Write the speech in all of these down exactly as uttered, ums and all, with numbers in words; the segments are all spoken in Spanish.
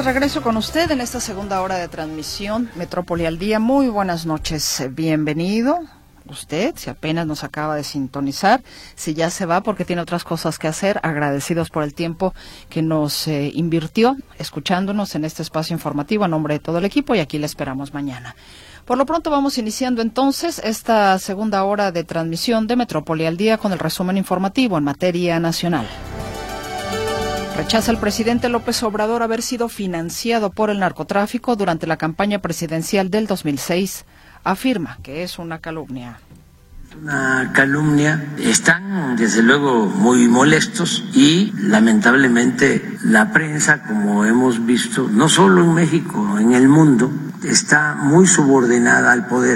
de regreso con usted en esta segunda hora de transmisión Metrópoli al Día. Muy buenas noches, bienvenido usted, si apenas nos acaba de sintonizar, si ya se va porque tiene otras cosas que hacer, agradecidos por el tiempo que nos eh, invirtió escuchándonos en este espacio informativo a nombre de todo el equipo, y aquí le esperamos mañana. Por lo pronto vamos iniciando entonces esta segunda hora de transmisión de Metrópoli al Día con el resumen informativo en materia nacional. Rechaza el presidente López Obrador haber sido financiado por el narcotráfico durante la campaña presidencial del dos mil seis. Afirma que es una calumnia. Una calumnia. Están desde luego muy molestos y lamentablemente la prensa, como hemos visto, no solo en México, en el mundo, está muy subordinada al poder.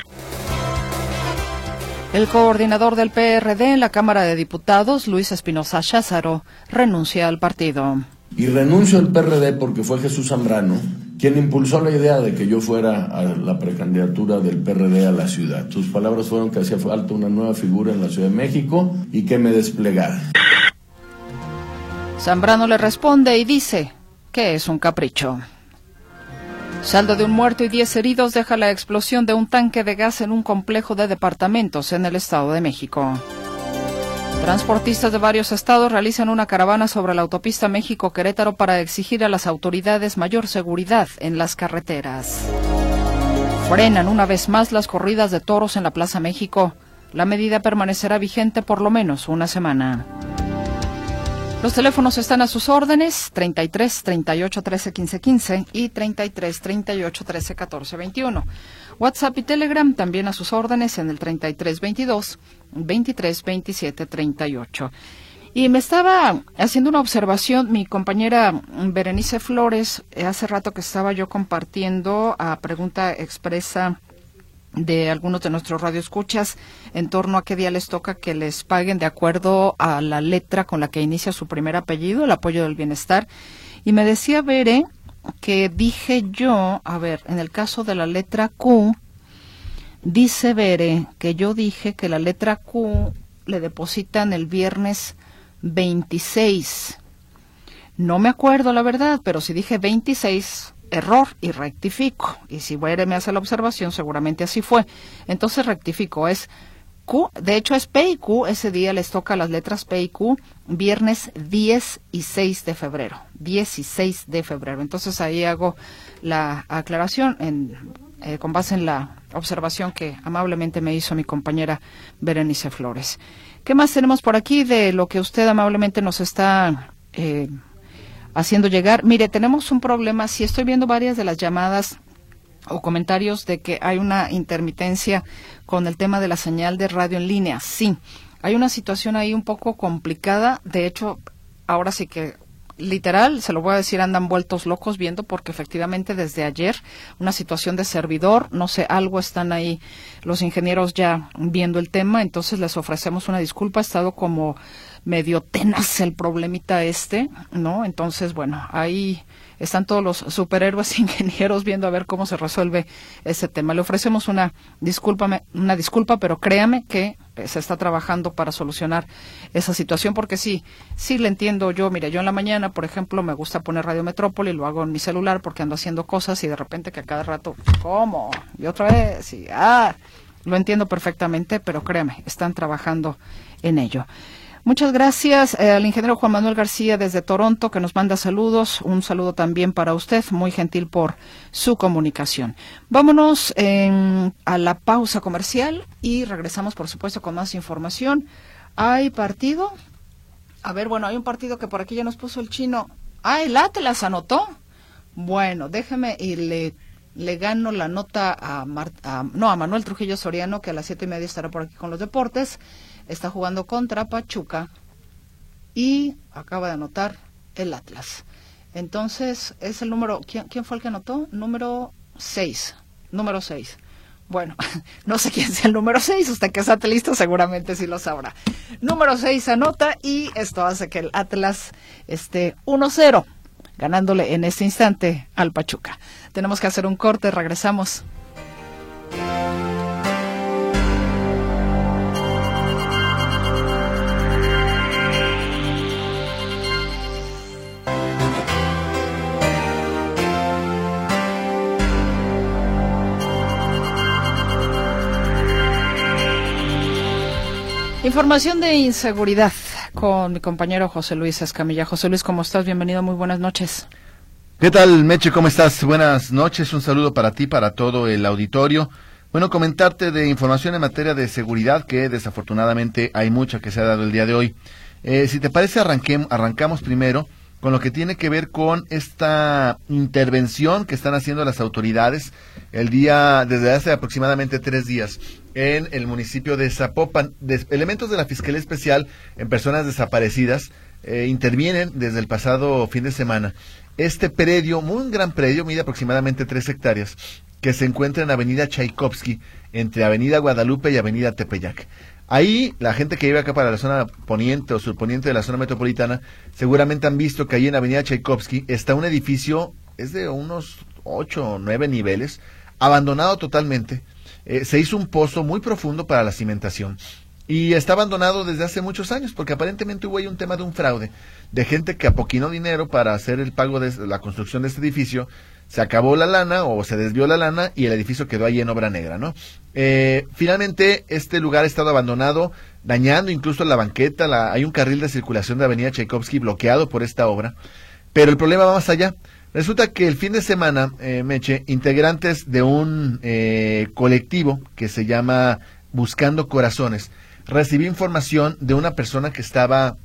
El coordinador del P R D en la Cámara de Diputados, Luis Espinosa Cházaro, renuncia al partido. Y renuncio al P R D porque fue Jesús Zambrano quien impulsó la idea de que yo fuera a la precandidatura del P R D a la ciudad. Sus palabras fueron que hacía falta una nueva figura en la Ciudad de México y que me desplegara. Zambrano le responde y dice que es un capricho. Saldo de un muerto y diez heridos deja la explosión de un tanque de gas en un complejo de departamentos en el Estado de México. Transportistas de varios estados realizan una caravana sobre la autopista México-Querétaro para exigir a las autoridades mayor seguridad en las carreteras. Frenan una vez más las corridas de toros en la Plaza México. La medida permanecerá vigente por lo menos una semana. Los teléfonos están a sus órdenes, treinta y tres, treinta y ocho, trece, quince, quince y treinta y tres, treinta y ocho, trece, catorce, veintiuno. WhatsApp y Telegram también a sus órdenes en el treinta y tres, veintidós, veintitrés, veintisiete, treinta y ocho. Y me estaba haciendo una observación mi compañera Berenice Flores, hace rato que estaba yo compartiendo a pregunta expresa de algunos de nuestros radioescuchas en torno a qué día les toca que les paguen de acuerdo a la letra con la que inicia su primer apellido, el apoyo del bienestar. Y me decía Bere que dije yo, a ver, en el caso de la letra Q, dice Bere que yo dije que la letra Q le depositan el viernes veintiséis. No me acuerdo la verdad, pero si dije veintiséis, error, y rectifico. Y si Bere me hace la observación, seguramente así fue. Entonces rectifico, es Q, de hecho es P y Q, ese día les toca las letras P y Q, viernes diez y seis de febrero, dieciséis de febrero. Entonces ahí hago la aclaración en, eh, con base en la observación que amablemente me hizo mi compañera Berenice Flores. ¿Qué más tenemos por aquí de lo que usted amablemente nos está eh, haciendo llegar? Mire, tenemos un problema, si estoy viendo varias de las llamadas o comentarios de que hay una intermitencia con el tema de la señal de radio en línea. Sí, hay una situación ahí un poco complicada. De hecho, ahora sí que literal, se lo voy a decir, andan vueltos locos viendo porque efectivamente desde ayer una situación de servidor, no sé, algo están ahí los ingenieros ya viendo el tema, entonces les ofrecemos una disculpa. Ha estado como medio tenaz el problemita este, ¿no? Entonces, bueno, ahí están todos los superhéroes ingenieros viendo a ver cómo se resuelve ese tema. Le ofrecemos una disculpa, una disculpa, pero créame que se está trabajando para solucionar esa situación, porque sí, sí le entiendo yo. Mire, yo en la mañana, por ejemplo, me gusta poner Radio Metrópoli, lo hago en mi celular porque ando haciendo cosas y de repente que a cada rato, ¿cómo? Y otra vez, y ah, lo entiendo perfectamente, pero créame, están trabajando en ello. Muchas gracias eh, al ingeniero Juan Manuel García desde Toronto, que nos manda saludos. Un saludo también para usted, muy gentil por su comunicación. Vámonos eh, a la pausa comercial y regresamos, por supuesto, con más información. ¿Hay partido? A ver, bueno, hay un partido que por aquí ya nos puso el chino. Ah, el Atlas anotó. Bueno, déjeme y le, le gano la nota a, Mar, a, no, a Manuel Trujillo Soriano, que a las siete y media estará por aquí con los deportes. Está jugando contra Pachuca y acaba de anotar el Atlas. Entonces, es el número... ¿Quién, quién fue el que anotó? Número seis. Número seis. Bueno, no sé quién sea el número seis. Usted que está listo seguramente sí lo sabrá. Número seis anota y esto hace que el Atlas esté uno cero, ganándole en este instante al Pachuca. Tenemos que hacer un corte, regresamos. Información de inseguridad con mi compañero José Luis Escamilla. José Luis, ¿cómo estás? Bienvenido, muy buenas noches. ¿Qué tal, Meche? ¿Cómo estás? Buenas noches, un saludo para ti, para todo el auditorio. Bueno, comentarte de información en materia de seguridad, que desafortunadamente hay mucha que se ha dado el día de hoy. Eh, si te parece, arranquemos, arrancamos primero con lo que tiene que ver con esta intervención que están haciendo las autoridades el día, desde hace aproximadamente tres días, en el municipio de Zapopan. De, elementos de la Fiscalía Especial en Personas Desaparecidas eh, intervienen desde el pasado fin de semana. Este predio, muy un gran predio, mide aproximadamente tres hectáreas, que se encuentra en Avenida Tchaikovsky, entre Avenida Guadalupe y Avenida Tepeyac. Ahí, la gente que vive acá para la zona poniente o surponiente de la zona metropolitana, seguramente han visto que ahí en Avenida Tchaikovsky está un edificio, es de unos ocho o nueve niveles, abandonado totalmente. Eh, se hizo un pozo muy profundo para la cimentación. Y está abandonado desde hace muchos años, porque aparentemente hubo ahí un tema de un fraude, de gente que apoquinó dinero para hacer el pago de la construcción de este edificio. Se acabó la lana o se desvió la lana y el edificio quedó ahí en obra negra, ¿no? Eh, finalmente, este lugar ha estado abandonado, dañando incluso la banqueta. La, hay un carril de circulación de Avenida Tchaikovsky bloqueado por esta obra. Pero el problema va más allá. Resulta que el fin de semana, eh, Meche, integrantes de un eh, colectivo que se llama Buscando Corazones, recibí información de una persona que estaba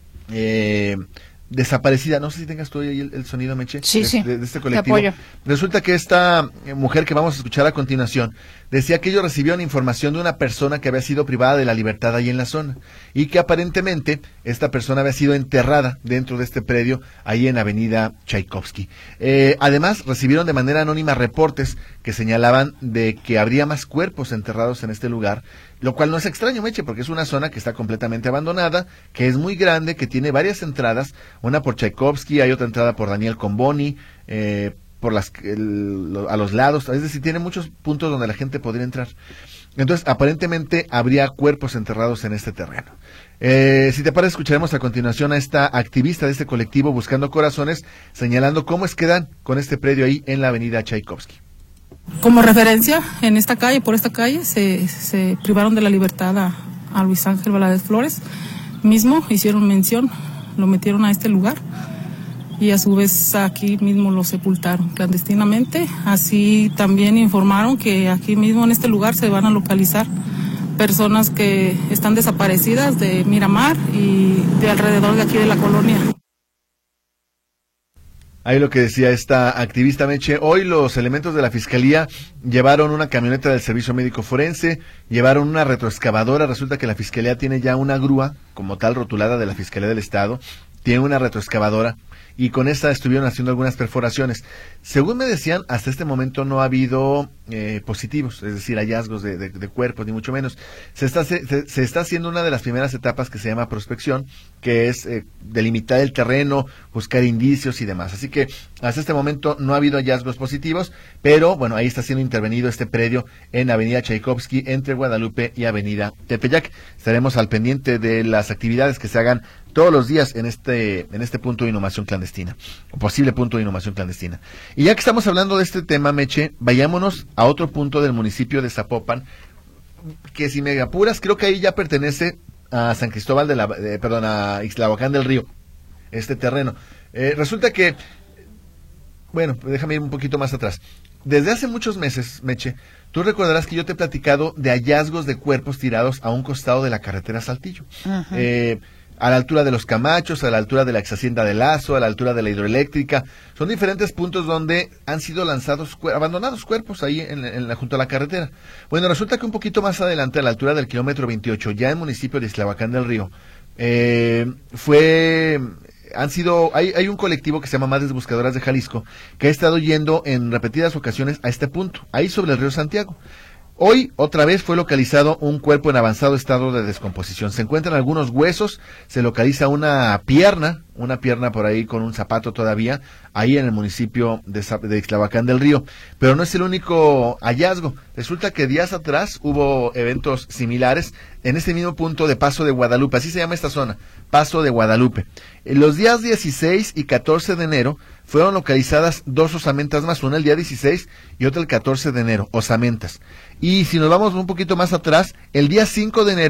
Eh, desaparecida. No sé si tengas tú ahí el, el sonido, Meche, sí, de, sí, de, de este colectivo. Te apoyo. Resulta que esta mujer que vamos a escuchar a continuación decía que ellos recibieron información de una persona que había sido privada de la libertad ahí en la zona y que aparentemente esta persona había sido enterrada dentro de este predio ahí en Avenida Tchaikovsky. Eh, además, recibieron de manera anónima reportes que señalaban de que habría más cuerpos enterrados en este lugar, lo cual no es extraño, Meche, porque es una zona que está completamente abandonada, que es muy grande, que tiene varias entradas, una por Tchaikovsky, hay otra entrada por Daniel Comboni, eh, por las el, a los lados, es decir, tiene muchos puntos donde la gente podría entrar. Entonces, aparentemente habría cuerpos enterrados en este terreno. Eh, si te parece, escucharemos a continuación a esta activista de este colectivo Buscando Corazones, señalando cómo es que dan con este predio ahí en la Avenida Tchaikovsky. Como referencia, en esta calle, por esta calle, se, se privaron de la libertad a, a Luis Ángel Valadez Flores. Mismo hicieron mención, lo metieron a este lugar y a su vez aquí mismo lo sepultaron clandestinamente. Así también informaron que aquí mismo en este lugar se van a localizar personas que están desaparecidas de Miramar y de alrededor de aquí de la colonia. Ahí lo que decía esta activista, Meche. Hoy los elementos de la Fiscalía llevaron una camioneta del Servicio Médico Forense, llevaron una retroexcavadora. Resulta que la Fiscalía tiene ya una grúa, como tal rotulada de la Fiscalía del Estado, tiene una retroexcavadora, y con esta estuvieron haciendo algunas perforaciones. Según me decían, hasta este momento no ha habido eh, positivos, es decir, hallazgos de, de, de cuerpos, ni mucho menos. Se está, se, se está haciendo una de las primeras etapas que se llama prospección, que es eh, delimitar el terreno, buscar indicios y demás. Así que hasta este momento no ha habido hallazgos positivos, pero bueno, ahí está siendo intervenido este predio en Avenida Tchaikovsky, entre Guadalupe y Avenida Tepeyac. Estaremos al pendiente de las actividades que se hagan todos los días en este en este punto de inhumación clandestina, o posible punto de inhumación clandestina. Y ya que estamos hablando de este tema, Meche, vayámonos a otro punto del municipio de Zapopan, que si me apuras, creo que ahí ya pertenece a San Cristóbal de la, eh, perdón, a Ixtlahuacán del Río, este terreno. Eh, resulta que, bueno, déjame ir un poquito más atrás. Desde hace muchos meses, Meche, tú recordarás que yo te he platicado de hallazgos de cuerpos tirados a un costado de la carretera Saltillo. Uh-huh. Eh, a la altura de los Camachos, a la altura de la ex hacienda de Lazo, a la altura de la hidroeléctrica. Son diferentes puntos donde han sido lanzados, cu- abandonados cuerpos ahí en, en la, junto a la carretera. Bueno, resulta que un poquito más adelante, a la altura del kilómetro veintiocho, ya en el municipio de Ixtlahuacán del Río, eh, fue... Han sido, hay, hay un colectivo que se llama Madres Buscadoras de Jalisco, que ha estado yendo en repetidas ocasiones a este punto, ahí sobre el río Santiago. Hoy, otra vez, fue localizado un cuerpo en avanzado estado de descomposición. Se encuentran algunos huesos, se localiza una pierna, una pierna por ahí con un zapato todavía, ahí en el municipio de, de Ixtlahuacán del Río. Pero no es el único hallazgo. Resulta que días atrás hubo eventos similares en este mismo punto de Paso de Guadalupe, así se llama esta zona, Paso de Guadalupe. En los días dieciséis y catorce de enero fueron localizadas dos osamentas más, una el día dieciséis y otra el catorce de enero, osamentas. Y si nos vamos un poquito más atrás, el día cinco de enero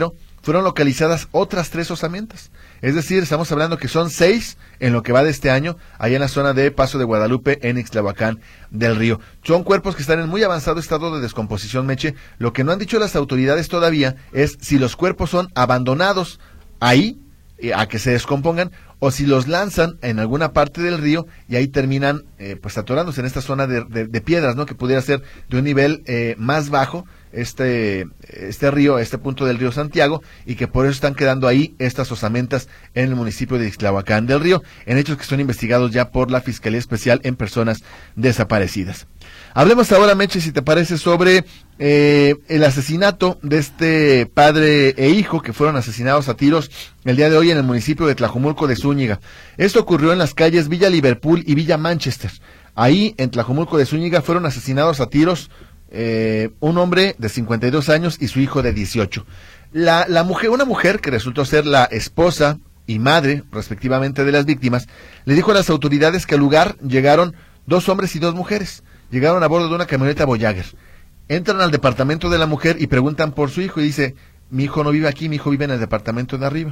fueron localizadas otras tres osamentas. Es decir, estamos hablando que son seis en lo que va de este año, allá en la zona de Paso de Guadalupe, en Ixtlahuacán del Río. Son cuerpos que están en muy avanzado estado de descomposición, Meche. Lo que no han dicho las autoridades todavía es si los cuerpos son abandonados ahí, eh, a que se descompongan, o si los lanzan en alguna parte del río y ahí terminan eh, pues atorándose en esta zona de, de, de piedras, ¿no? Que pudiera ser de un nivel eh, más bajo este este río, este punto del río Santiago, y que por eso están quedando ahí estas osamentas en el municipio de Ixtlahuacán del Río, en hechos que son investigados ya por la Fiscalía Especial en Personas Desaparecidas. Hablemos ahora, Meche, si te parece, sobre eh, el asesinato de este padre e hijo que fueron asesinados a tiros el día de hoy en el municipio de Tlajomulco de Zúñiga. Esto ocurrió en las calles Villa Liverpool y Villa Manchester. Ahí, en Tlajomulco de Zúñiga, fueron asesinados a tiros eh, un hombre de cincuenta y dos años y su hijo de dieciocho. La, la mujer, una mujer que resultó ser la esposa y madre, respectivamente, de las víctimas, le dijo a las autoridades que al lugar llegaron dos hombres y dos mujeres. Llegaron a bordo de una camioneta Voyager. Entran al departamento de la mujer y preguntan por su hijo y dice: mi hijo no vive aquí, mi hijo vive en el departamento de arriba.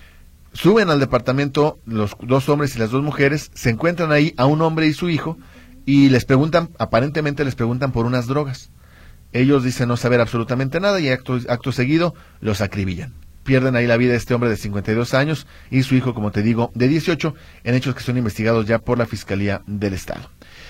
Suben al departamento los dos hombres y las dos mujeres, se encuentran ahí a un hombre y su hijo y les preguntan, aparentemente les preguntan por unas drogas. Ellos dicen no saber absolutamente nada y acto, acto seguido los acribillan. Pierden ahí la vida este hombre de cincuenta y dos años y su hijo, como te digo, de dieciocho, en hechos que son investigados ya por la Fiscalía del Estado.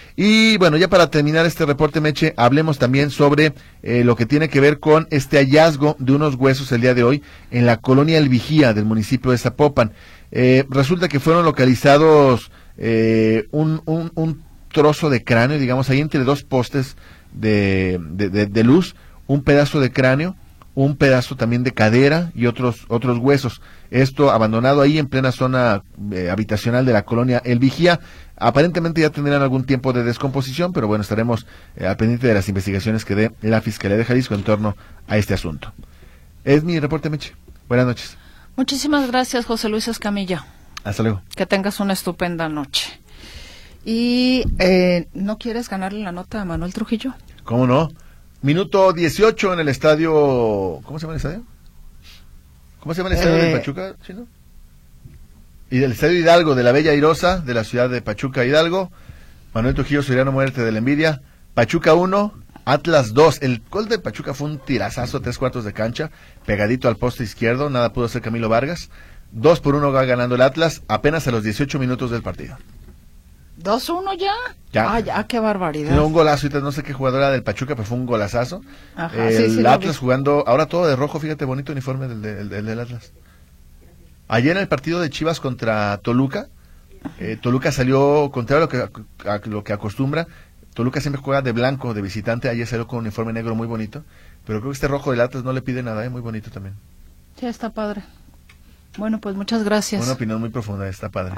Y bueno, ya para terminar este reporte, Meche, hablemos también sobre eh, lo que tiene que ver con este hallazgo de unos huesos el día de hoy en la colonia El Vigía del municipio de Zapopan. Eh, resulta que fueron localizados eh, un, un, un trozo de cráneo, digamos, ahí entre dos postes de, de, de, de luz, un pedazo de cráneo, un pedazo también de cadera y otros otros huesos. Esto abandonado ahí en plena zona eh, habitacional de la colonia El Vigía. Aparentemente ya tendrán algún tiempo de descomposición, pero bueno, estaremos eh, al pendiente de las investigaciones que dé la Fiscalía de Jalisco en torno a este asunto. Es mi reporte, Meche. Buenas noches. Muchísimas gracias, José Luis Escamilla. Hasta luego. Que tengas una estupenda noche. Y, eh, ¿no quieres ganarle la nota a Manuel Trujillo? ¿Cómo no? Minuto dieciocho en el estadio... ¿Cómo se llama el estadio? ¿Cómo se llama el estadio eh... de Pachuca, Chino? Y del Estadio Hidalgo de la Bella Airosa, de la ciudad de Pachuca, Hidalgo. Manuel Trujillo Soriano, muerte de la envidia. Pachuca uno, Atlas dos. El gol de Pachuca fue un tirazazo, tres cuartos de cancha, pegadito al poste izquierdo, nada pudo hacer Camilo Vargas. Dos por uno va ganando el Atlas, apenas a los dieciocho minutos del partido. ¿dos uno ya? Ya. Ah, ya, qué barbaridad. Tiene un golazo, no sé qué jugadora del Pachuca, pero fue un golazazo. Ajá, el sí, sí, Atlas jugando, ahora todo de rojo, fíjate, bonito uniforme del, del, del, del Atlas. Ayer en el partido de Chivas contra Toluca, eh, Toluca salió, contrario a lo que, a, a lo que acostumbra, Toluca siempre juega de blanco, de visitante, ayer salió con un uniforme negro muy bonito, pero creo que este rojo del Atlas no le pide nada, es eh, muy bonito también. Sí, está padre. Bueno, pues muchas gracias. Una opinión muy profunda, está padre.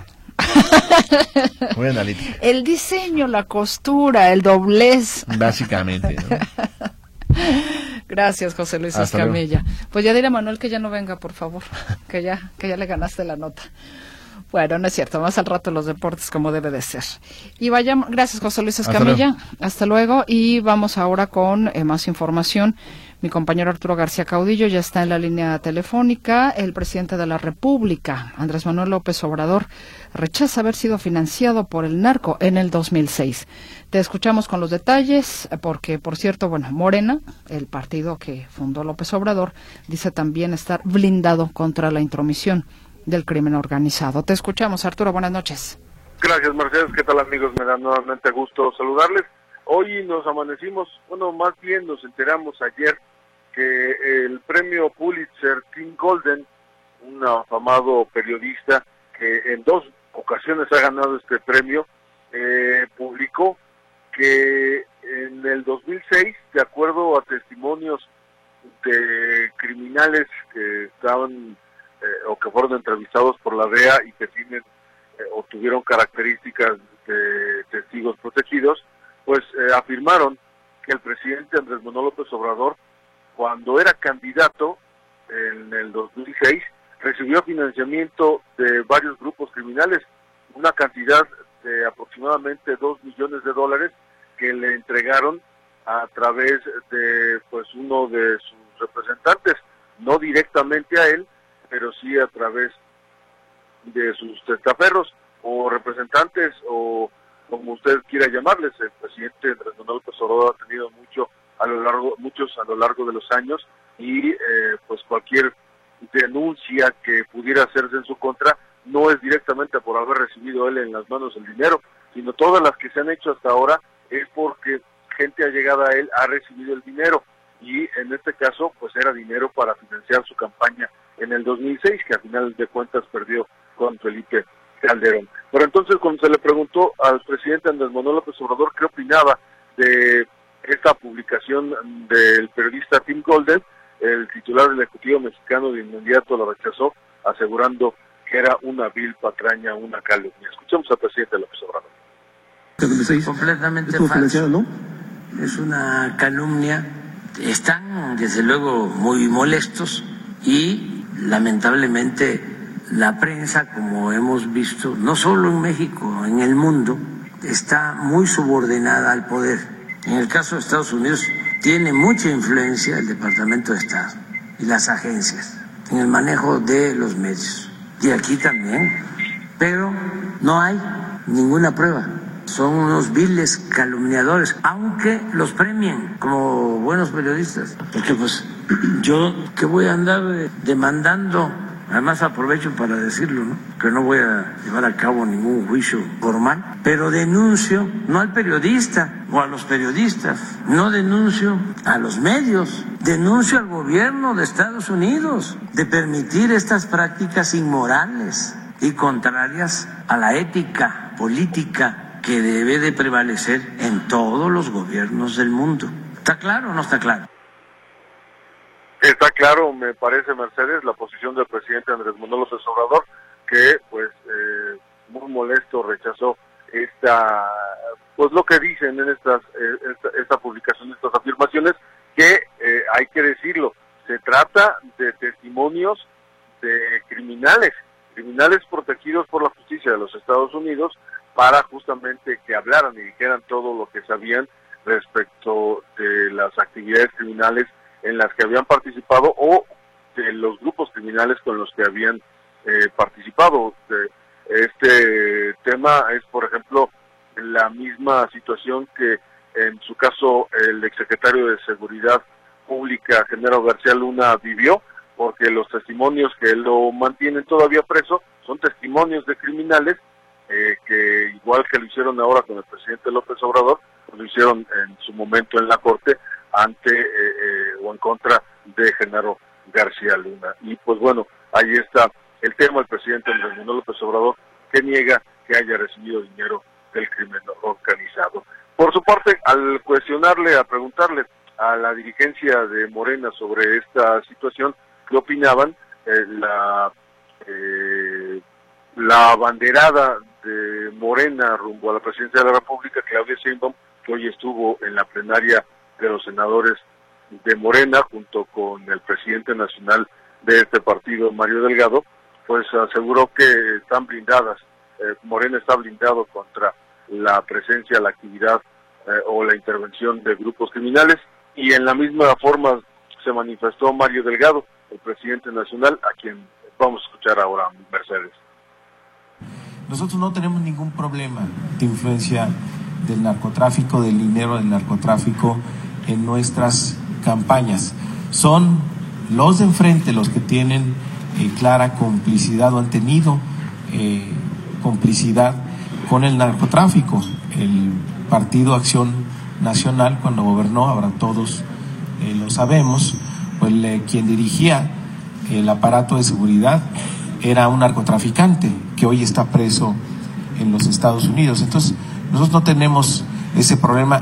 Muy analítica. El diseño, la costura, el doblez. Básicamente, ¿no? Gracias, José Luis Hasta Escamilla. luego. Pues ya dile a Manuel que ya no venga, por favor, que ya, que ya le ganaste la nota. Bueno, no es cierto, más al rato los deportes como debe de ser. Y vayamos, gracias, José Luis Escamilla. Hasta, Hasta luego. Y vamos ahora con eh, más información. Mi compañero Arturo García Caudillo ya está en la línea telefónica. El presidente de la República, Andrés Manuel López Obrador, rechaza haber sido financiado por el narco en el dos mil seis. Te escuchamos con los detalles, porque, por cierto, bueno, Morena, el partido que fundó López Obrador, dice también estar blindado contra la intromisión del crimen organizado. Te escuchamos, Arturo, buenas noches. Gracias, Mercedes. ¿Qué tal, amigos? Me da nuevamente gusto saludarles. Hoy nos amanecimos, bueno, más bien nos enteramos ayer que el premio Pulitzer, Tim Golden, un afamado periodista que en dos ocasiones ha ganado este premio, eh, publicó que en el dos mil seis, de acuerdo a testimonios de criminales que estaban eh, o que fueron entrevistados por la D E A y que tienen eh, o tuvieron características de testigos protegidos, pues eh, afirmaron que el presidente Andrés Manuel López Obrador, cuando era candidato en el dos mil seis, recibió financiamiento de varios grupos criminales, una cantidad de aproximadamente dos millones de dólares que le entregaron a través de pues uno de sus representantes. no directamente a él, pero sí a través de sus testaferros o representantes, o como usted quiera llamarles. El presidente Andrés Manuel López Obrador ha tenido mucho a lo largo, muchos a lo largo de los años, y eh, pues cualquier denuncia que pudiera hacerse en su contra no es directamente por haber recibido él en las manos el dinero, sino todas las que se han hecho hasta ahora es porque gente allegada a él ha recibido el dinero, y en este caso pues era dinero para financiar su campaña en el dos mil seis, que a final de cuentas perdió con Felipe Calderón. Pero entonces, cuando se le preguntó al presidente Andrés Manuel López Obrador qué opinaba de esta publicación del periodista Tim Golden, el titular del Ejecutivo mexicano de inmediato lo rechazó, asegurando que era una vil patraña, una calumnia. Escuchemos al presidente López Obrador. Es completamente falso, ¿no? Es una calumnia. Están, desde luego, muy molestos, y lamentablemente la prensa, como hemos visto, no solo en México, en el mundo, está muy subordinada al poder. En el caso de Estados Unidos tiene mucha influencia el Departamento de Estado y las agencias en el manejo de los medios. Y aquí también, pero no hay ninguna prueba. Son unos viles calumniadores, aunque los premien como buenos periodistas. Porque pues yo que voy a andar demandando, además aprovecho para decirlo, ¿no? Que no voy a llevar a cabo ningún juicio formal, pero denuncio no al periodista o a los periodistas, no denuncio a los medios, denuncio al gobierno de Estados Unidos de permitir estas prácticas inmorales y contrarias a la ética política que debe de prevalecer en todos los gobiernos del mundo. ¿Está claro o no está claro? Está claro, me parece, Mercedes, la posición del presidente Andrés Manuel López Obrador, que pues eh, muy molesto rechazó esta, pues lo que dicen en estas eh, esta, esta publicación, estas afirmaciones, que eh, hay que decirlo, se trata de testimonios de criminales, criminales protegidos por la justicia de los Estados Unidos, para justamente que hablaran y dijeran todo lo que sabían respecto de las actividades criminales en las que habían participado, o de los grupos criminales con los que habían eh, participado. Este tema es, por ejemplo, la misma situación que en su caso el exsecretario de Seguridad Pública, Genaro García Luna, vivió, porque los testimonios que él lo mantienen todavía preso son testimonios de criminales eh, que, igual que lo hicieron ahora con el presidente López Obrador, lo hicieron en su momento en la Corte ante eh, eh, o en contra de Genaro García Luna. Y pues bueno, ahí está el tema. El presidente Andrés Manuel López Obrador, que niega que haya recibido dinero del crimen organizado. Por su parte, al cuestionarle, a preguntarle a la dirigencia de Morena sobre esta situación, ¿qué opinaban? Eh, la eh, la abanderada de Morena rumbo a la presidencia de la República, Claudia Sheinbaum, que hoy estuvo en la plenaria de los senadores de Morena junto con el presidente nacional de este partido, Mario Delgado, pues aseguró que están blindadas, eh, Morena está blindado contra la presencia, la actividad eh, o la intervención de grupos criminales, y en la misma forma se manifestó Mario Delgado, el presidente nacional, a quien vamos a escuchar ahora, Mercedes. Nosotros no tenemos ningún problema de influencia del narcotráfico, del dinero del narcotráfico en nuestras campañas. Son los de enfrente los que tienen eh, clara complicidad o han tenido eh, complicidad con el narcotráfico. El Partido Acción Nacional, cuando gobernó, ahora todos eh, lo sabemos, pues le, quien dirigía el aparato de seguridad era un narcotraficante que hoy está preso en los Estados Unidos. Entonces, nosotros no tenemos ese problema.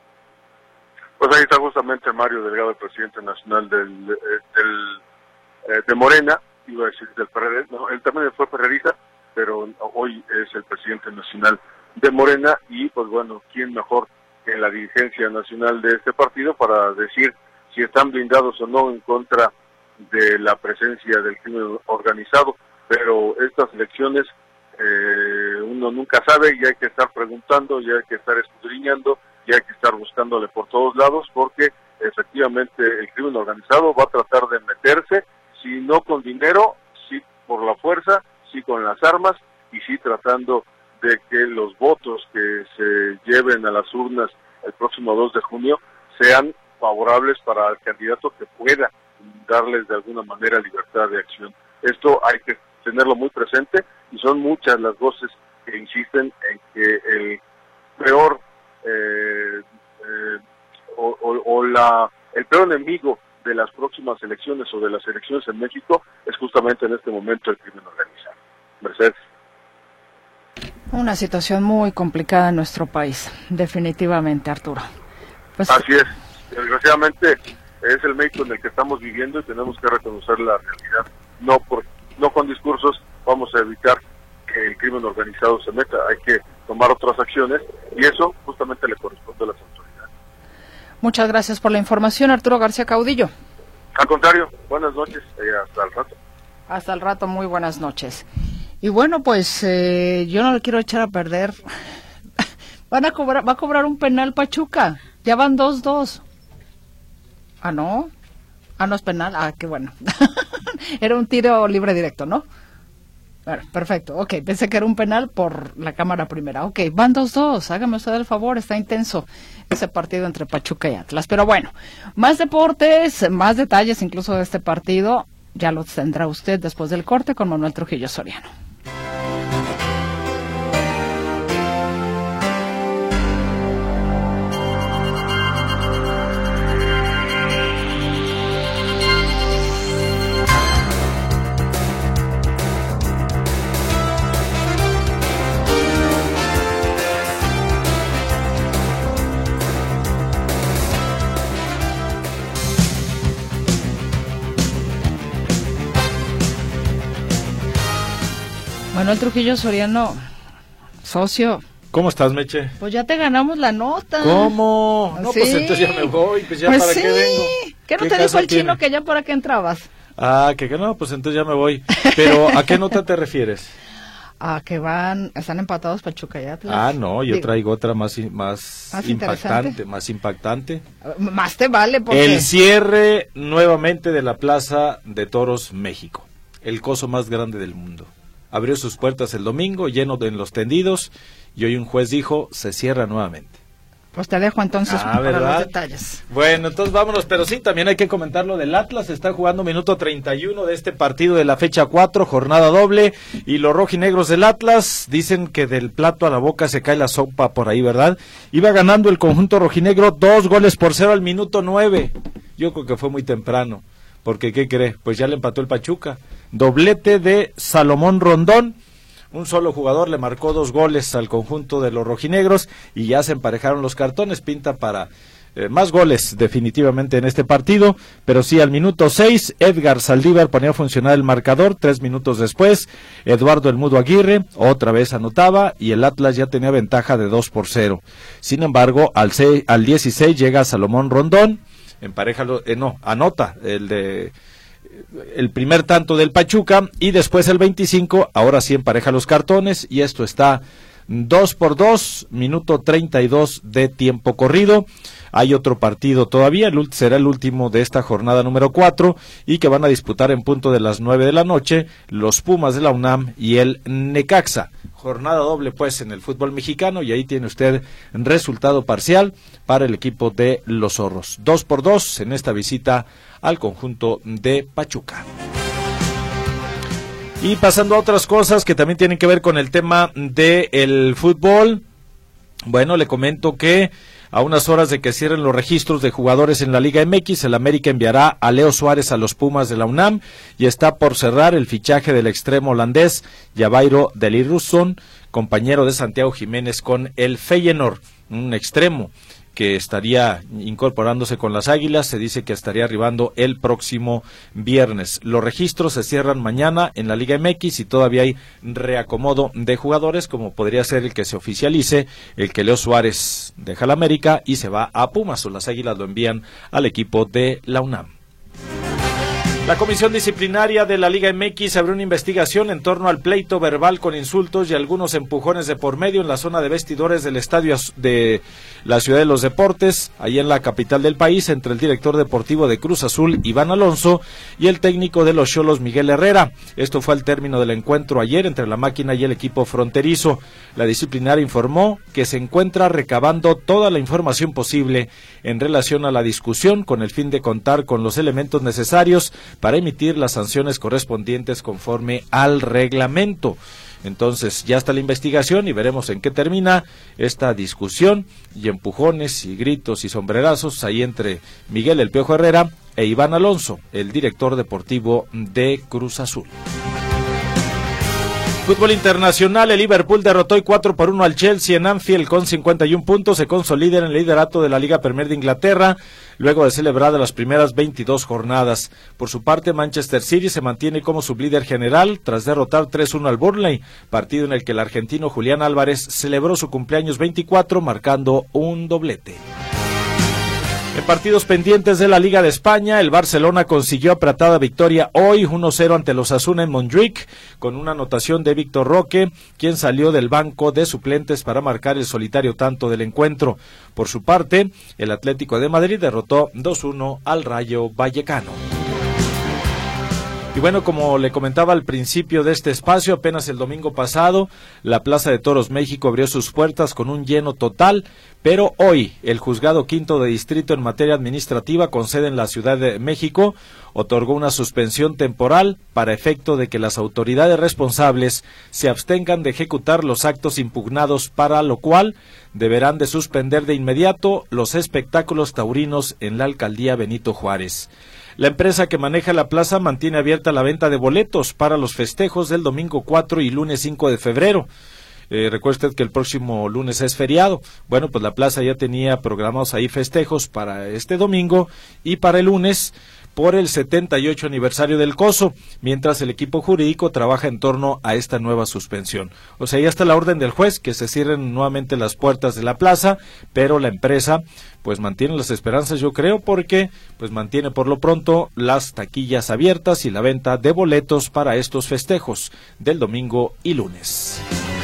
Pues ahí está justamente Mario Delgado, el presidente nacional del, del eh, de Morena, iba a decir del P R D, no, él también fue perredista, pero hoy es el presidente nacional de Morena, y pues bueno, ¿quién mejor que la dirigencia nacional de este partido para decir si están blindados o no en contra de la presencia del crimen organizado? Pero estas elecciones eh, uno nunca sabe, y hay que estar preguntando, y hay que estar escudriñando, y hay que estar buscándole por todos lados, porque efectivamente el crimen organizado va a tratar de meterse, si no con dinero, sí por la fuerza, sí con las armas y sí tratando de que los votos que se lleven a las urnas el próximo dos de junio sean favorables para el candidato que pueda darles de alguna manera libertad de acción. Esto hay que tenerlo muy presente y son muchas las voces que insisten en que el peor eh, eh, o, o, o la el peor enemigo de las próximas elecciones o de las elecciones en México es justamente en este momento el crimen organizado. Mercedes. Una situación muy complicada en nuestro país, definitivamente, Arturo. Pues... Así es, desgraciadamente es el México en el que estamos viviendo y tenemos que reconocer la realidad. No por, no con discursos vamos a evitar que el crimen organizado se meta, hay que tomar otras acciones y eso justamente le corresponde a las autoridades. Muchas gracias por la información, Arturo García Caudillo. Al contrario, buenas noches y hasta el rato. Hasta el rato, muy buenas noches. Y bueno, pues eh, yo no le quiero echar a perder. Van a cobrar, va a cobrar un penal Pachuca. Ya van dos dos. Ah, no. Ah, no es penal. Ah, qué bueno. Era un tiro libre directo, ¿no? Bueno, perfecto. Ok, pensé que era un penal por la cámara primera. Ok, van dos dos. Hágame usted el favor, está intenso ese partido entre Pachuca y Atlas. Pero bueno, más deportes, más detalles incluso de este partido, ya los tendrá usted después del corte con Manuel Trujillo Soriano. Manuel Trujillo Soriano, socio. ¿Cómo estás, Meche? Pues ya te ganamos la nota. ¿Cómo? No, sí. Pues entonces ya me voy, pues ya pues para sí. qué vengo. ¿Qué no ¿Qué te dijo el tiene? chino que ya por aquí entrabas? Ah, que, que no, pues entonces ya me voy. Pero, ¿a qué nota te refieres? A que van, están empatados Pachuca y Atlas. Ah, no, yo Digo, traigo otra más, más, ¿Más impactante, más impactante. Más te vale porque... El cierre nuevamente de la Plaza de Toros México, el coso más grande del mundo. Abrió sus puertas el domingo, lleno de en los tendidos, y hoy un juez dijo, se cierra nuevamente. Pues te dejo entonces Ah, para ¿verdad? los detalles. Bueno, entonces vámonos, pero sí, también hay que comentar lo del Atlas, está jugando minuto treinta y uno de este partido de la fecha cuatro, jornada doble, y los rojinegros del Atlas dicen que del plato a la boca se cae la sopa por ahí, ¿verdad? Iba ganando el conjunto rojinegro dos goles por cero al minuto nueve, yo creo que fue muy temprano, porque ¿qué cree? Pues ya le empató el Pachuca, doblete de Salomón Rondón. Un solo jugador le marcó dos goles al conjunto de los rojinegros y ya se emparejaron los cartones, pinta para eh, más goles definitivamente en este partido, pero sí al minuto seis, Edgar Saldívar ponía a funcionar el marcador, tres minutos después, Eduardo El Mudo Aguirre otra vez anotaba y el Atlas ya tenía ventaja de dos por cero. Sin embargo, al, seis, al dieciséis llega Salomón Rondón, emparejalo, eh, no, anota el de... el primer tanto del Pachuca y después el veinticinco, ahora sí empareja los cartones y esto está dos por dos, minuto treinta y dos de tiempo corrido. Hay otro partido todavía, el, será el último de esta jornada número cuatro y que van a disputar en punto de las nueve de la noche los Pumas de la UNAM y el Necaxa. Jornada doble pues en el fútbol mexicano y ahí tiene usted resultado parcial para el equipo de los Zorros. Dos por dos en esta visita al conjunto de Pachuca. Y pasando a otras cosas que también tienen que ver con el tema del fútbol, bueno, le comento que a unas horas de que cierren los registros de jugadores en la Liga M X, el América enviará a Leo Suárez a los Pumas de la UNAM y está por cerrar el fichaje del extremo holandés Javairo Delirusson, compañero de Santiago Jiménez con el Feyenoord, un extremo que estaría incorporándose con las Águilas, se dice que estaría arribando el próximo viernes. Los registros se cierran mañana en la Liga M X y todavía hay reacomodo de jugadores, como podría ser el que se oficialice, el que Leo Suárez deja la América y se va a Pumas, o las Águilas lo envían al equipo de la UNAM. La Comisión Disciplinaria de la Liga M X abrió una investigación en torno al pleito verbal con insultos y algunos empujones de por medio en la zona de vestidores del estadio de la Ciudad de los Deportes, allí en la capital del país, entre el director deportivo de Cruz Azul, Iván Alonso, y el técnico de los Xolos, Miguel Herrera. Esto fue al término del encuentro ayer entre la máquina y el equipo fronterizo. La disciplinaria informó que se encuentra recabando toda la información posible en relación a la discusión con el fin de contar con los elementos necesarios para emitir las sanciones correspondientes conforme al reglamento. Entonces ya está la investigación y veremos en qué termina esta discusión y empujones y gritos y sombrerazos ahí entre Miguel El Piojo Herrera e Iván Alonso, el director deportivo de Cruz Azul. Fútbol internacional, el Liverpool derrotó cuatro por uno al Chelsea en Anfield con cincuenta y un puntos, se consolida en el liderato de la Liga Premier de Inglaterra, luego de celebrar las primeras veintidós jornadas. Por su parte, Manchester City se mantiene como sublíder general tras derrotar tres uno al Burnley, partido en el que el argentino Julián Álvarez celebró su cumpleaños veinticuatro marcando un doblete. En partidos pendientes de la Liga de España, el Barcelona consiguió apretada victoria hoy uno cero ante los Osasuna en Montjuic, con una anotación de Víctor Roque, quien salió del banco de suplentes para marcar el solitario tanto del encuentro. Por su parte, el Atlético de Madrid derrotó dos uno al Rayo Vallecano. Y bueno, como le comentaba al principio de este espacio, apenas el domingo pasado, la Plaza de Toros México abrió sus puertas con un lleno total, pero hoy el Juzgado Quinto de Distrito en materia administrativa con sede en la Ciudad de México otorgó una suspensión temporal para efecto de que las autoridades responsables se abstengan de ejecutar los actos impugnados, para lo cual deberán de suspender de inmediato los espectáculos taurinos en la alcaldía Benito Juárez. La empresa que maneja la plaza mantiene abierta la venta de boletos para los festejos del domingo cuatro y lunes cinco de febrero. Eh, recuerde usted que el próximo lunes es feriado. Bueno, pues la plaza ya tenía programados ahí festejos para este domingo y para el lunes por el setenta y ocho aniversario del Coso, mientras el equipo jurídico trabaja en torno a esta nueva suspensión. O sea, ya está la orden del juez que se cierren nuevamente las puertas de la plaza, pero la empresa pues mantiene las esperanzas, yo creo, porque pues mantiene por lo pronto las taquillas abiertas y la venta de boletos para estos festejos del domingo y lunes.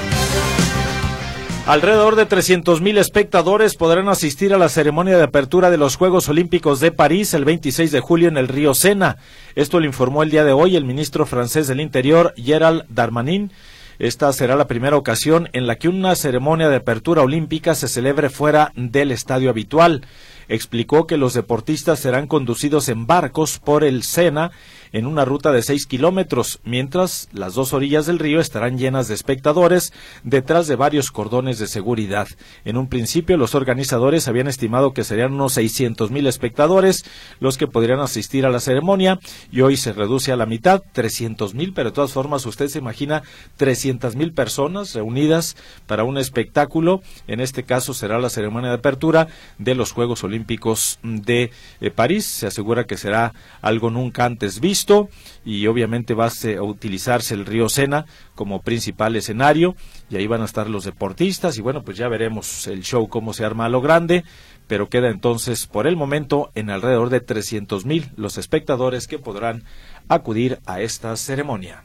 Alrededor de trescientos mil espectadores podrán asistir a la ceremonia de apertura de los Juegos Olímpicos de París el veintiséis de julio en el río Sena. Esto lo informó el día de hoy el ministro francés del Interior, Gérald Darmanin. Esta será la primera ocasión en la que una ceremonia de apertura olímpica se celebre fuera del estadio habitual. Explicó que los deportistas serán conducidos en barcos por el Sena en una ruta de seis kilómetros, mientras las dos orillas del río estarán llenas de espectadores detrás de varios cordones de seguridad. En un principio, los organizadores habían estimado que serían unos seiscientos mil espectadores los que podrían asistir a la ceremonia, y hoy se reduce a la mitad, trescientos mil, pero de todas formas usted se imagina trescientas mil personas reunidas para un espectáculo. En este caso será la ceremonia de apertura de los Juegos Olímpicos de eh, París. Se asegura que será algo nunca antes visto, y obviamente va a utilizarse el río Sena como principal escenario, y ahí van a estar los deportistas, y bueno, pues ya veremos el show cómo se arma a lo grande, pero queda entonces por el momento en alrededor de trescientos mil los espectadores que podrán acudir a esta ceremonia.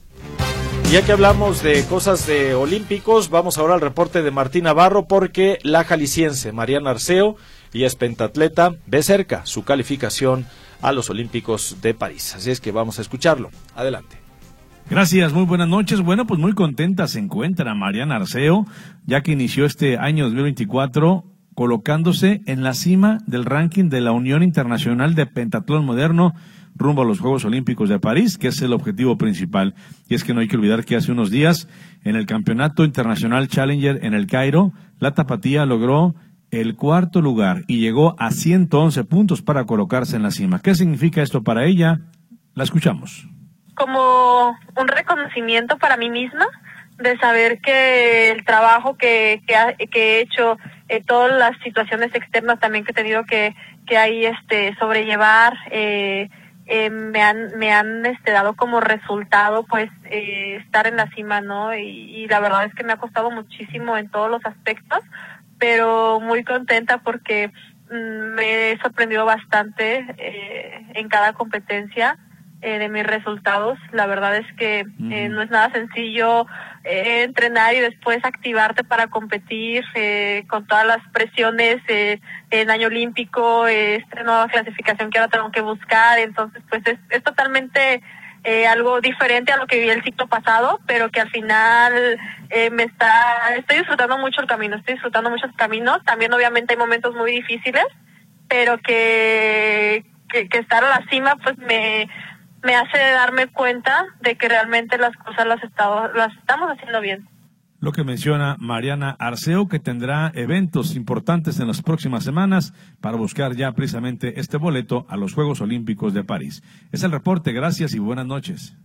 Ya que hablamos de cosas de olímpicos, vamos ahora al reporte de Martín Navarro, porque la jalisciense Mariana Arceo, y es pentatleta, ve cerca su calificación a los Olímpicos de París. Así es que vamos a escucharlo. Adelante. Gracias, muy buenas noches. Bueno, pues muy contenta se encuentra Mariana Arceo, ya que inició este año dos mil veinticuatro colocándose en la cima del ranking de la Unión Internacional de Pentatlón Moderno rumbo a los Juegos Olímpicos de París, que es el objetivo principal. Y es que no hay que olvidar que hace unos días, en el Campeonato Internacional Challenger en el Cairo, la tapatía logró el cuarto lugar y llegó a ciento once puntos para colocarse en la cima. ¿Qué significa esto para ella? La escuchamos. Como un reconocimiento para mí misma, de saber que el trabajo que, que, ha, que he hecho, eh, todas las situaciones externas también que he tenido que, que ahí este, sobrellevar, eh, eh, me han, me han este, dado como resultado pues eh, estar en la cima, ¿no? Y, y la verdad es que me ha costado muchísimo en todos los aspectos, pero muy contenta porque mmm, me he sorprendido bastante eh, en cada competencia. eh, de mis resultados. La verdad es que eh, no es nada sencillo eh, entrenar y después activarte para competir eh, con todas las presiones eh, en año olímpico, eh, esta nueva clasificación que ahora tengo que buscar. Entonces, pues es, es totalmente eh, algo diferente a lo que viví el ciclo pasado, pero que al final eh, me está, estoy disfrutando mucho el camino, estoy disfrutando mucho el camino. También obviamente hay momentos muy difíciles, pero que, que, que estar a la cima pues me, me hace darme cuenta de que realmente las cosas las, estado, las estamos haciendo bien. Lo que menciona Mariana Arceo, que tendrá eventos importantes en las próximas semanas para buscar ya precisamente este boleto a los Juegos Olímpicos de París. Es el reporte, gracias y buenas noches.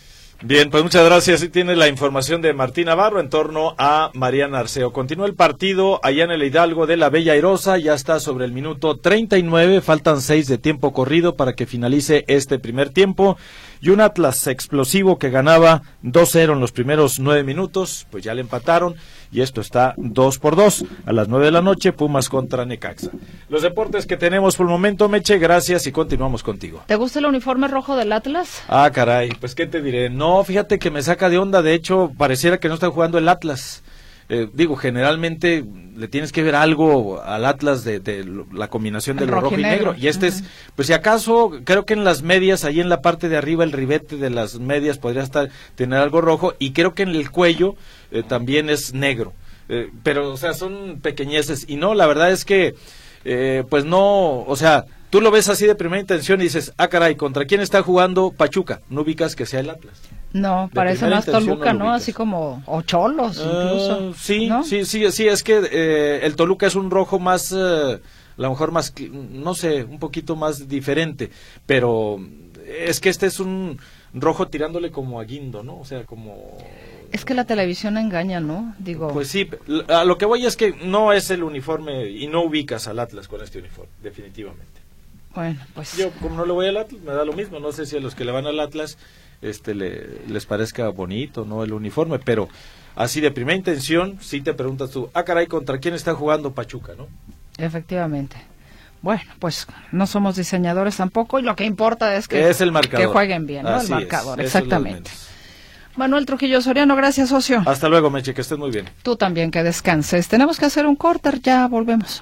Bien, pues muchas gracias. Ahí tiene la información de Martín Navarro en torno a Mariana Arceo. Continúa el partido allá en el Hidalgo de la Bella Airosa, ya está sobre el minuto treinta y nueve, faltan seis de tiempo corrido para que finalice este primer tiempo. Y un Atlas explosivo que ganaba dos cero en los primeros nueve minutos, pues ya le empataron y esto está dos por dos. A las nueve de la noche, Pumas contra Necaxa. Los deportes que tenemos por el momento, Meche, gracias y continuamos contigo. ¿Te gusta el uniforme rojo del Atlas? Ah, caray, pues qué te diré. No, fíjate que me saca de onda, de hecho, pareciera que no está jugando el Atlas. Eh, digo, generalmente le tienes que ver algo al Atlas de, de la combinación del rojo y negro, y este uh-huh. es, pues si acaso, creo que en las medias, ahí en la parte de arriba, el ribete de las medias podría estar, tener algo rojo, y creo que en el cuello eh, también es negro, eh, pero, o sea, son pequeñeces, y no, la verdad es que, eh, pues no, o sea, tú lo ves así de primera intención y dices, ah caray, ¿contra quién está jugando Pachuca? No ubicas que sea el Atlas. No, parece más Toluca, ¿no? Así como, o Cholos incluso. Uh, sí, ¿no? sí, sí, sí, es que eh, el Toluca es un rojo más, eh, a lo mejor más, no sé, un poquito más diferente, pero es que este es un rojo tirándole como a guindo, ¿no? O sea, como... Es que la televisión engaña, ¿no? Digo... Pues sí, a lo que voy es que no es el uniforme y no ubicas al Atlas con este uniforme, definitivamente. Bueno, pues... Yo, como no le voy al Atlas, me da lo mismo, no sé si a los que le van al Atlas... este le, les parezca bonito, ¿no? El uniforme, pero así de primera intención, sí te preguntas tú, ah caray, ¿contra quién está jugando Pachuca, no? Efectivamente. Bueno, pues no somos diseñadores tampoco y lo que importa es que, es el marcador. Que jueguen bien, ¿no? Así el marcador, es, exactamente. Manuel Trujillo Soriano, gracias, socio. Hasta luego, Meche, que estés muy bien. Tú también, que descanses. Tenemos que hacer un corte, ya volvemos.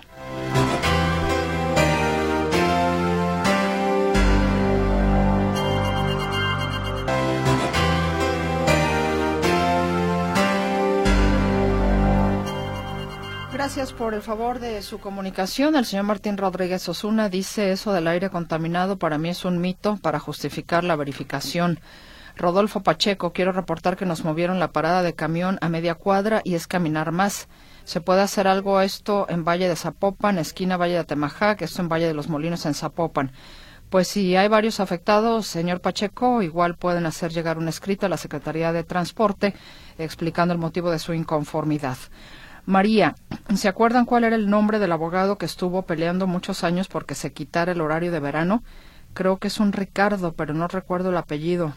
Gracias por el favor de su comunicación. El señor Martín Rodríguez Osuna dice eso del aire contaminado para mí es un mito para justificar la verificación. Rodolfo Pacheco, quiero reportar que nos movieron la parada de camión a media cuadra y es caminar más. ¿Se puede hacer algo esto en Valle de Zapopan, esquina Valle de Atemajac, esto en Valle de los Molinos en Zapopan? Pues si hay varios afectados, señor Pacheco, igual pueden hacer llegar un escrito a la Secretaría de Transporte explicando el motivo de su inconformidad. María, ¿se acuerdan cuál era el nombre del abogado que estuvo peleando muchos años porque se quitara el horario de verano? Creo que es un Ricardo, pero no recuerdo el apellido.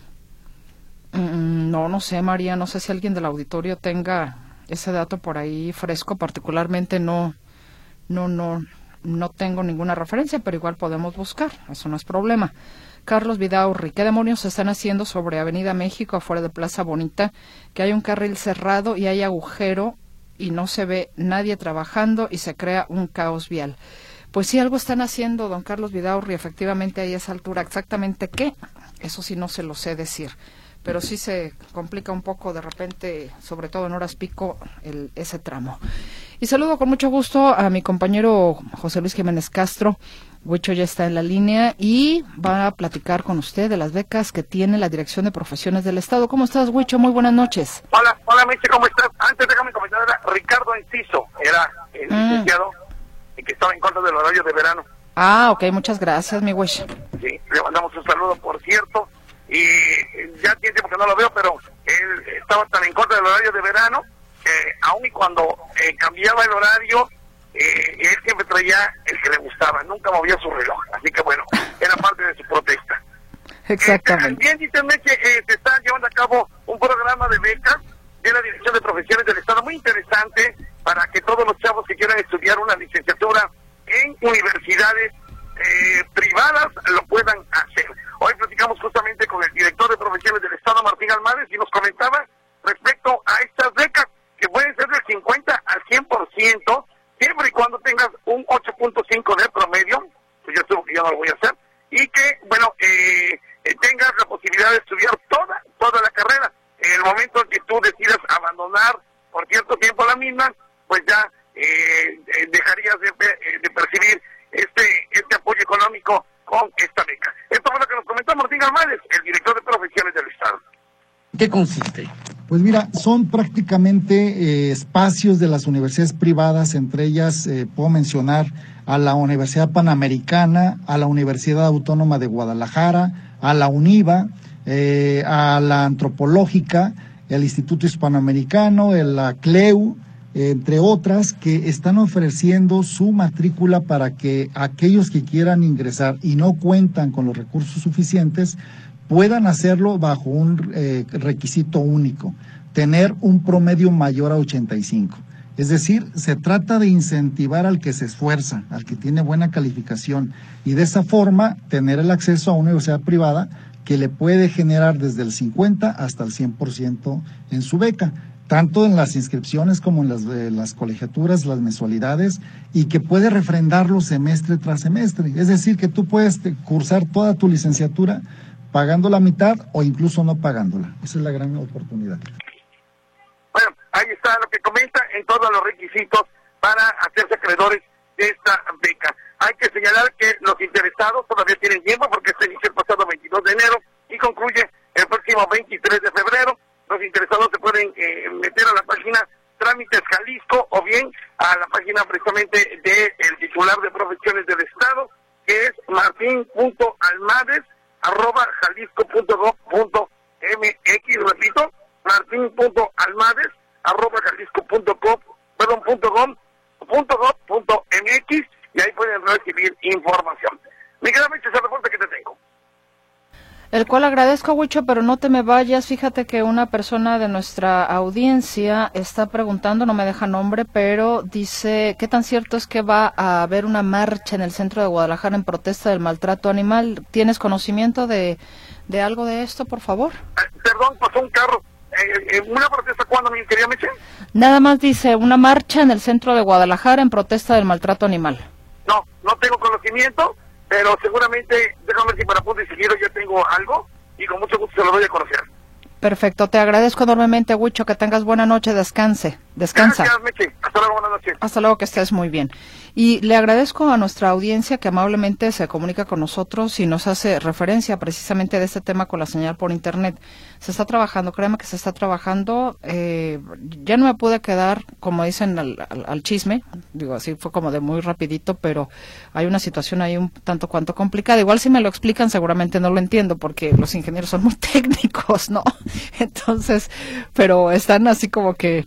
Mm, no, no sé, María, no sé si alguien del auditorio tenga ese dato por ahí fresco, particularmente no, no, no, no tengo ninguna referencia, pero igual podemos buscar, eso no es problema. Carlos Vidaurri, ¿qué demonios se están haciendo sobre Avenida México, afuera de Plaza Bonita? Que hay un carril cerrado y hay agujero y no se ve nadie trabajando y se crea un caos vial. Pues sí, algo están haciendo, don Carlos Vidaurri, efectivamente ahí a esa altura. ¿Exactamente qué? Eso sí no se lo sé decir. Pero sí se complica un poco de repente, sobre todo en horas pico, el, ese tramo. Y saludo con mucho gusto a mi compañero José Luis Jiménez Castro. Huicho ya está en la línea y va a platicar con usted de las becas que tiene la Dirección de Profesiones del Estado. ¿Cómo estás, Huicho? Muy buenas noches. Hola, hola, Meche, ¿cómo estás? Antes déjame comentar, era Ricardo Enciso, era el mm. licenciado y que estaba en contra del horario de verano. Ah, ok, muchas gracias, mi Huicho. Sí, le mandamos un saludo, por cierto, y ya tiene tiempo que no lo veo, pero él estaba tan en contra del horario de verano que aun y cuando eh, cambiaba el horario, Eh, él siempre traía el que le gustaba, nunca movía su reloj, así que bueno, era parte de su protesta. Exactamente. Eh, también dicen que eh, se está llevando a cabo un programa de becas de la Dirección de Profesiones del Estado, muy interesante para que todos los chavos que quieran estudiar una licenciatura en universidades eh, privadas lo puedan hacer. Hoy platicamos justamente con Almades y nos comentaba respecto a estas becas, que pueden ser del cincuenta al cien por ciento, siempre y cuando tengas un ocho punto cinco de promedio, pues yo estuve que yo no lo voy a hacer, y que, bueno, eh, eh, tengas la posibilidad de estudiar toda, toda la carrera. En el momento en que tú decidas abandonar por cierto tiempo la misma, pues ya eh, eh, dejarías de, de percibir este este apoyo económico con esta beca. Esto fue lo que nos comentó Martín Almades, el director de profesiones del Estado. ¿Qué consiste? Pues mira, son prácticamente eh, espacios de las universidades privadas, entre ellas eh, puedo mencionar a la Universidad Panamericana, a la Universidad Autónoma de Guadalajara, a la UNIVA, eh, a la Antropológica, el Instituto Hispanoamericano, el, la C L E U, eh, entre otras, que están ofreciendo su matrícula para que aquellos que quieran ingresar y no cuentan con los recursos suficientes puedan hacerlo bajo un eh, requisito único, tener un promedio mayor a ochenta y cinco. Es decir, se trata de incentivar al que se esfuerza, al que tiene buena calificación, y de esa forma tener el acceso a una universidad privada que le puede generar desde el cincuenta hasta el cien por ciento en su beca, tanto en las inscripciones como en las, eh, las colegiaturas, las mensualidades, y que puede refrendarlo semestre tras semestre. Es decir, que tú puedes cursar toda tu licenciatura pagando la mitad o incluso no pagándola. Esa es la gran oportunidad. Bueno, ahí está lo que comenta en todos los requisitos para hacerse acreedores de esta beca. Hay que señalar que los interesados todavía tienen tiempo porque se inició el pasado veintidós de enero y concluye el próximo veintitrés de febrero. Los interesados se pueden eh, meter a la página Trámites Jalisco o bien a la página precisamente del titular de profesiones del Estado, que es martin punto almades arroba jalisco punto gov punto m x, repito, martin punto almades arroba jalisco punto gov, perdón, punto gov punto gov punto m x, y ahí pueden recibir información. Miguel Amiche, ese reporte que te tengo. El cual agradezco, Huicho, pero no te me vayas. Fíjate que una persona de nuestra audiencia está preguntando, no me deja nombre, pero dice, ¿qué tan cierto es que va a haber una marcha en el centro de Guadalajara en protesta del maltrato animal? ¿Tienes conocimiento de, de algo de esto, por favor? Eh, perdón, pasó un carro. Eh, eh, ¿Una protesta cuándo, mi querida Meche? Nada más dice, una marcha en el centro de Guadalajara en protesta del maltrato animal. No, no tengo conocimiento, pero seguramente, déjame ver si para punto y seguido ya tengo algo y con mucho gusto se lo doy a conocer. Perfecto, te agradezco enormemente, Huicho, que tengas buena noche, descanse, descansa. Gracias, Meche. Hasta luego, buenas noches. Hasta luego, que estés muy bien. Y le agradezco a nuestra audiencia que amablemente se comunica con nosotros y nos hace referencia precisamente de este tema con la señal por internet. Se está trabajando, créeme que se está trabajando. Eh, ya no me pude quedar, como dicen, al, al, al chisme. Digo, así fue como de muy rapidito, pero hay una situación ahí un tanto cuanto complicada. Igual si me lo explican seguramente no lo entiendo porque los ingenieros son muy técnicos, ¿no? Entonces, pero están así como que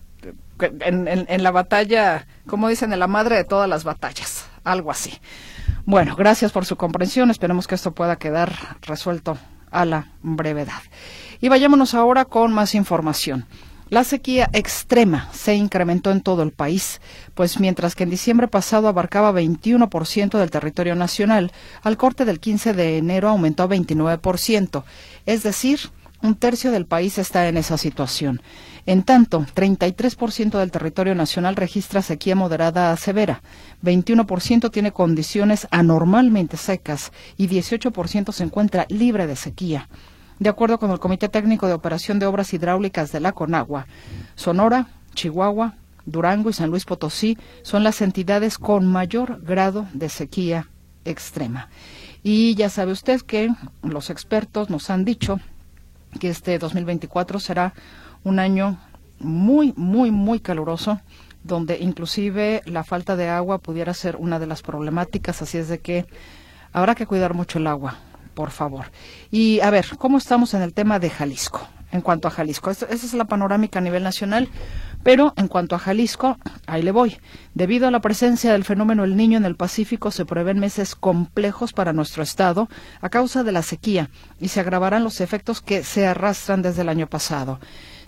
en, en, en la batalla, como dicen, en la madre de todas las batallas, algo así. Bueno, gracias por su comprensión, esperemos que esto pueda quedar resuelto a la brevedad. Y vayámonos ahora con más información. La sequía extrema se incrementó en todo el país, pues mientras que en diciembre pasado abarcaba veintiuno por ciento del territorio nacional, al corte del quince de enero aumentó a veintinueve por ciento, es decir, un tercio del país está en esa situación. En tanto, treinta y tres por ciento del territorio nacional registra sequía moderada a severa, veintiuno por ciento tiene condiciones anormalmente secas y dieciocho por ciento se encuentra libre de sequía. De acuerdo con el Comité Técnico de Operación de Obras Hidráulicas de la Conagua, Sonora, Chihuahua, Durango y San Luis Potosí son las entidades con mayor grado de sequía extrema. Y ya sabe usted que los expertos nos han dicho que este dos mil veinticuatro será un año muy, muy, muy caluroso, donde inclusive la falta de agua pudiera ser una de las problemáticas, así es de que habrá que cuidar mucho el agua, por favor. Y a ver, ¿cómo estamos en el tema de Jalisco? En cuanto a Jalisco, esa es la panorámica a nivel nacional, pero en cuanto a Jalisco, ahí le voy. Debido a la presencia del fenómeno El Niño en el Pacífico, se prevén meses complejos para nuestro estado a causa de la sequía y se agravarán los efectos que se arrastran desde el año pasado.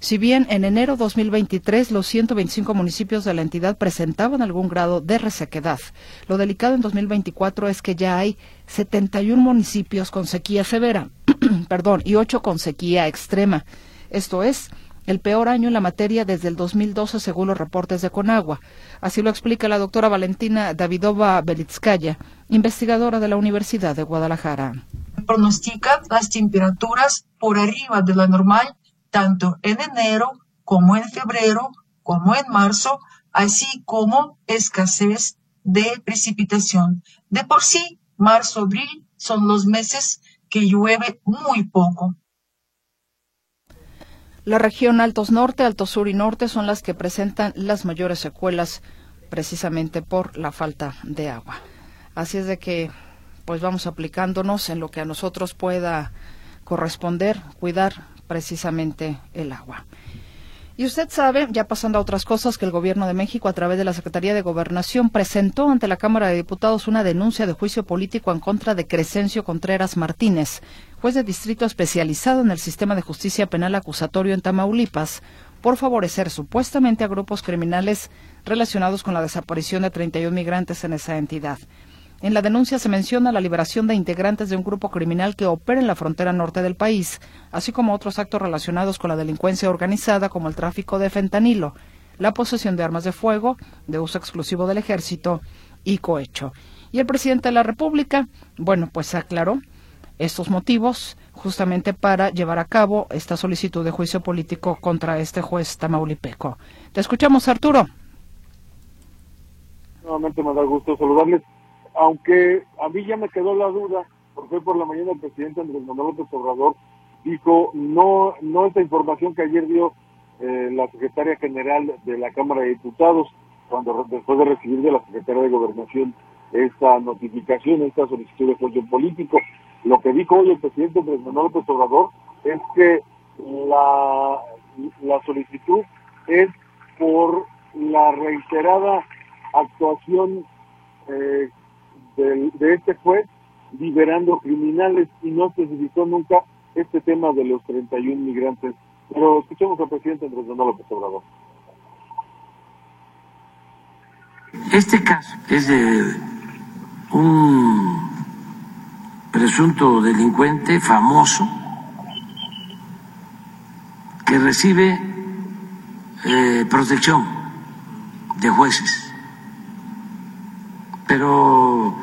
Si bien en enero dos mil veintitrés los ciento veinticinco municipios de la entidad presentaban algún grado de resequedad, lo delicado en dos mil veinticuatro es que ya hay setenta y uno municipios con sequía severa, perdón, y ocho con sequía extrema. Esto es el peor año en la materia desde el dos mil doce, según los reportes de Conagua. Así lo explica la doctora Valentina Davidova Belitskaya, investigadora de la Universidad de Guadalajara. Pronostican las temperaturas por arriba de la normal, tanto en enero como en febrero, como en marzo, así como escasez de precipitación. De por sí, marzo-abril son los meses que llueve muy poco. La región Altos Norte, Alto Sur y Norte son las que presentan las mayores secuelas precisamente por la falta de agua. Así es de que pues vamos aplicándonos en lo que a nosotros pueda corresponder, cuidar precisamente el agua. Y usted sabe, ya pasando a otras cosas, que el Gobierno de México, a través de la Secretaría de Gobernación, presentó ante la Cámara de Diputados una denuncia de juicio político en contra de Crescencio Contreras Martínez, juez de distrito especializado en el sistema de justicia penal acusatorio en Tamaulipas, por favorecer supuestamente a grupos criminales relacionados con la desaparición de treinta y un migrantes en esa entidad. En la denuncia se menciona la liberación de integrantes de un grupo criminal que opera en la frontera norte del país, así como otros actos relacionados con la delincuencia organizada como el tráfico de fentanilo, la posesión de armas de fuego, de uso exclusivo del ejército y cohecho. Y el presidente de la República, bueno, pues aclaró estos motivos justamente para llevar a cabo esta solicitud de juicio político contra este juez tamaulipeco. Te escuchamos, Arturo. Nuevamente me da gusto saludarles. Aunque a mí ya me quedó la duda, porque hoy por la mañana el presidente Andrés Manuel López Obrador dijo no no esta información que ayer dio eh, la secretaria general de la Cámara de Diputados, cuando después de recibir de la Secretaría de Gobernación esta notificación, esta solicitud de juicio político. Lo que dijo hoy el presidente Andrés Manuel López Obrador es que la, la solicitud es por la reiterada actuación eh, De, de este juez liberando criminales, y no especificó nunca este tema de los treinta y un migrantes. Pero escuchemos al presidente Andrés Manuel López Obrador. Este caso es de un presunto delincuente famoso que recibe eh, protección de jueces, pero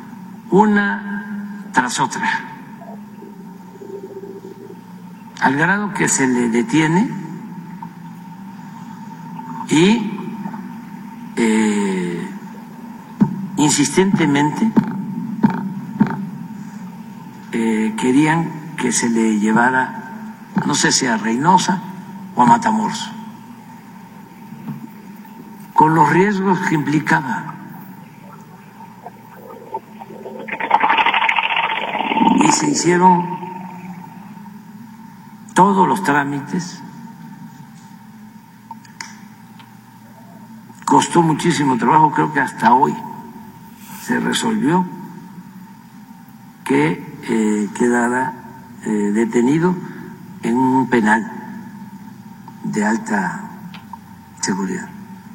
una tras otra, al grado que se le detiene y eh, insistentemente eh, querían que se le llevara, no sé si a Reynosa o a Matamoros, con los riesgos que implicaba. Y se hicieron todos los trámites, costó muchísimo trabajo, creo que hasta hoy se resolvió que eh, quedara eh, detenido en un penal de alta seguridad.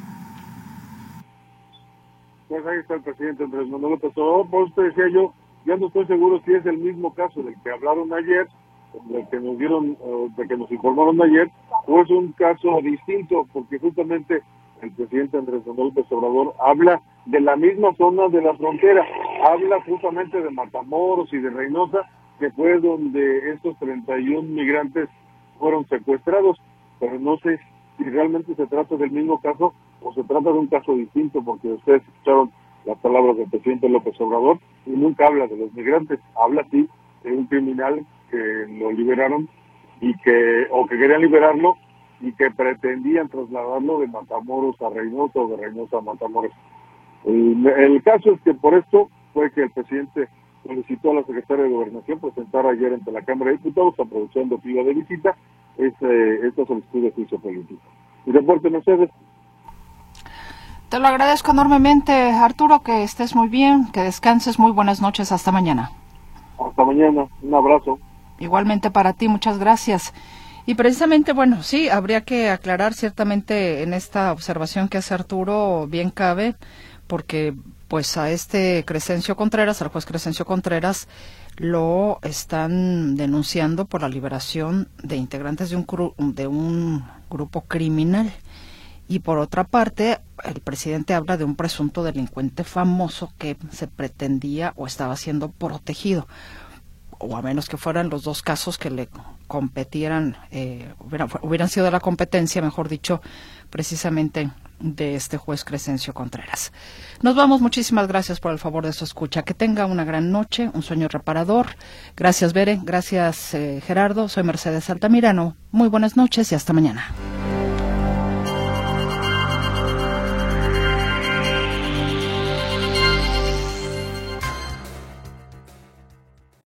Pues ahí está el presidente Andrés Manuel López Obrador. Por eso decía yo, ya no estoy seguro si es el mismo caso del que hablaron ayer, del que nos dieron, de que nos informaron ayer, o es un caso distinto, porque justamente el presidente Andrés Manuel López Obrador habla de la misma zona de la frontera, habla justamente de Matamoros y de Reynosa, que fue donde estos treinta y un migrantes fueron secuestrados, pero no sé si realmente se trata del mismo caso o se trata de un caso distinto, porque ustedes escucharon las palabras del presidente López Obrador y nunca habla de los migrantes, habla sí de un criminal que lo liberaron y que o que querían liberarlo y que pretendían trasladarlo de Matamoros a Reynosa o de Reynosa a Matamoros. El, el caso es que por esto fue que el presidente solicitó a la secretaria de Gobernación presentar ayer ante la Cámara de Diputados, aprovechando que iba de visita, este, esta solicitud de juicio político. Y reporte, Mercedes. Te lo agradezco enormemente, Arturo, que estés muy bien, que descanses, muy buenas noches, hasta mañana. Hasta mañana, un abrazo. Igualmente para ti, muchas gracias. Y precisamente, bueno, sí, habría que aclarar ciertamente en esta observación que hace Arturo, bien cabe, porque pues a este Crescencio Contreras, al juez Crescencio Contreras, lo están denunciando por la liberación de integrantes de un, cru- de un grupo criminal. Y por otra parte, el presidente habla de un presunto delincuente famoso que se pretendía o estaba siendo protegido, o a menos que fueran los dos casos que le competieran, eh, hubieran, hubieran sido de la competencia, mejor dicho, precisamente de este juez Crescencio Contreras. Nos vamos, muchísimas gracias por el favor de su escucha. Que tenga una gran noche, un sueño reparador. Gracias, Bere, gracias, eh, Gerardo. Soy Mercedes Altamirano. Muy buenas noches y hasta mañana.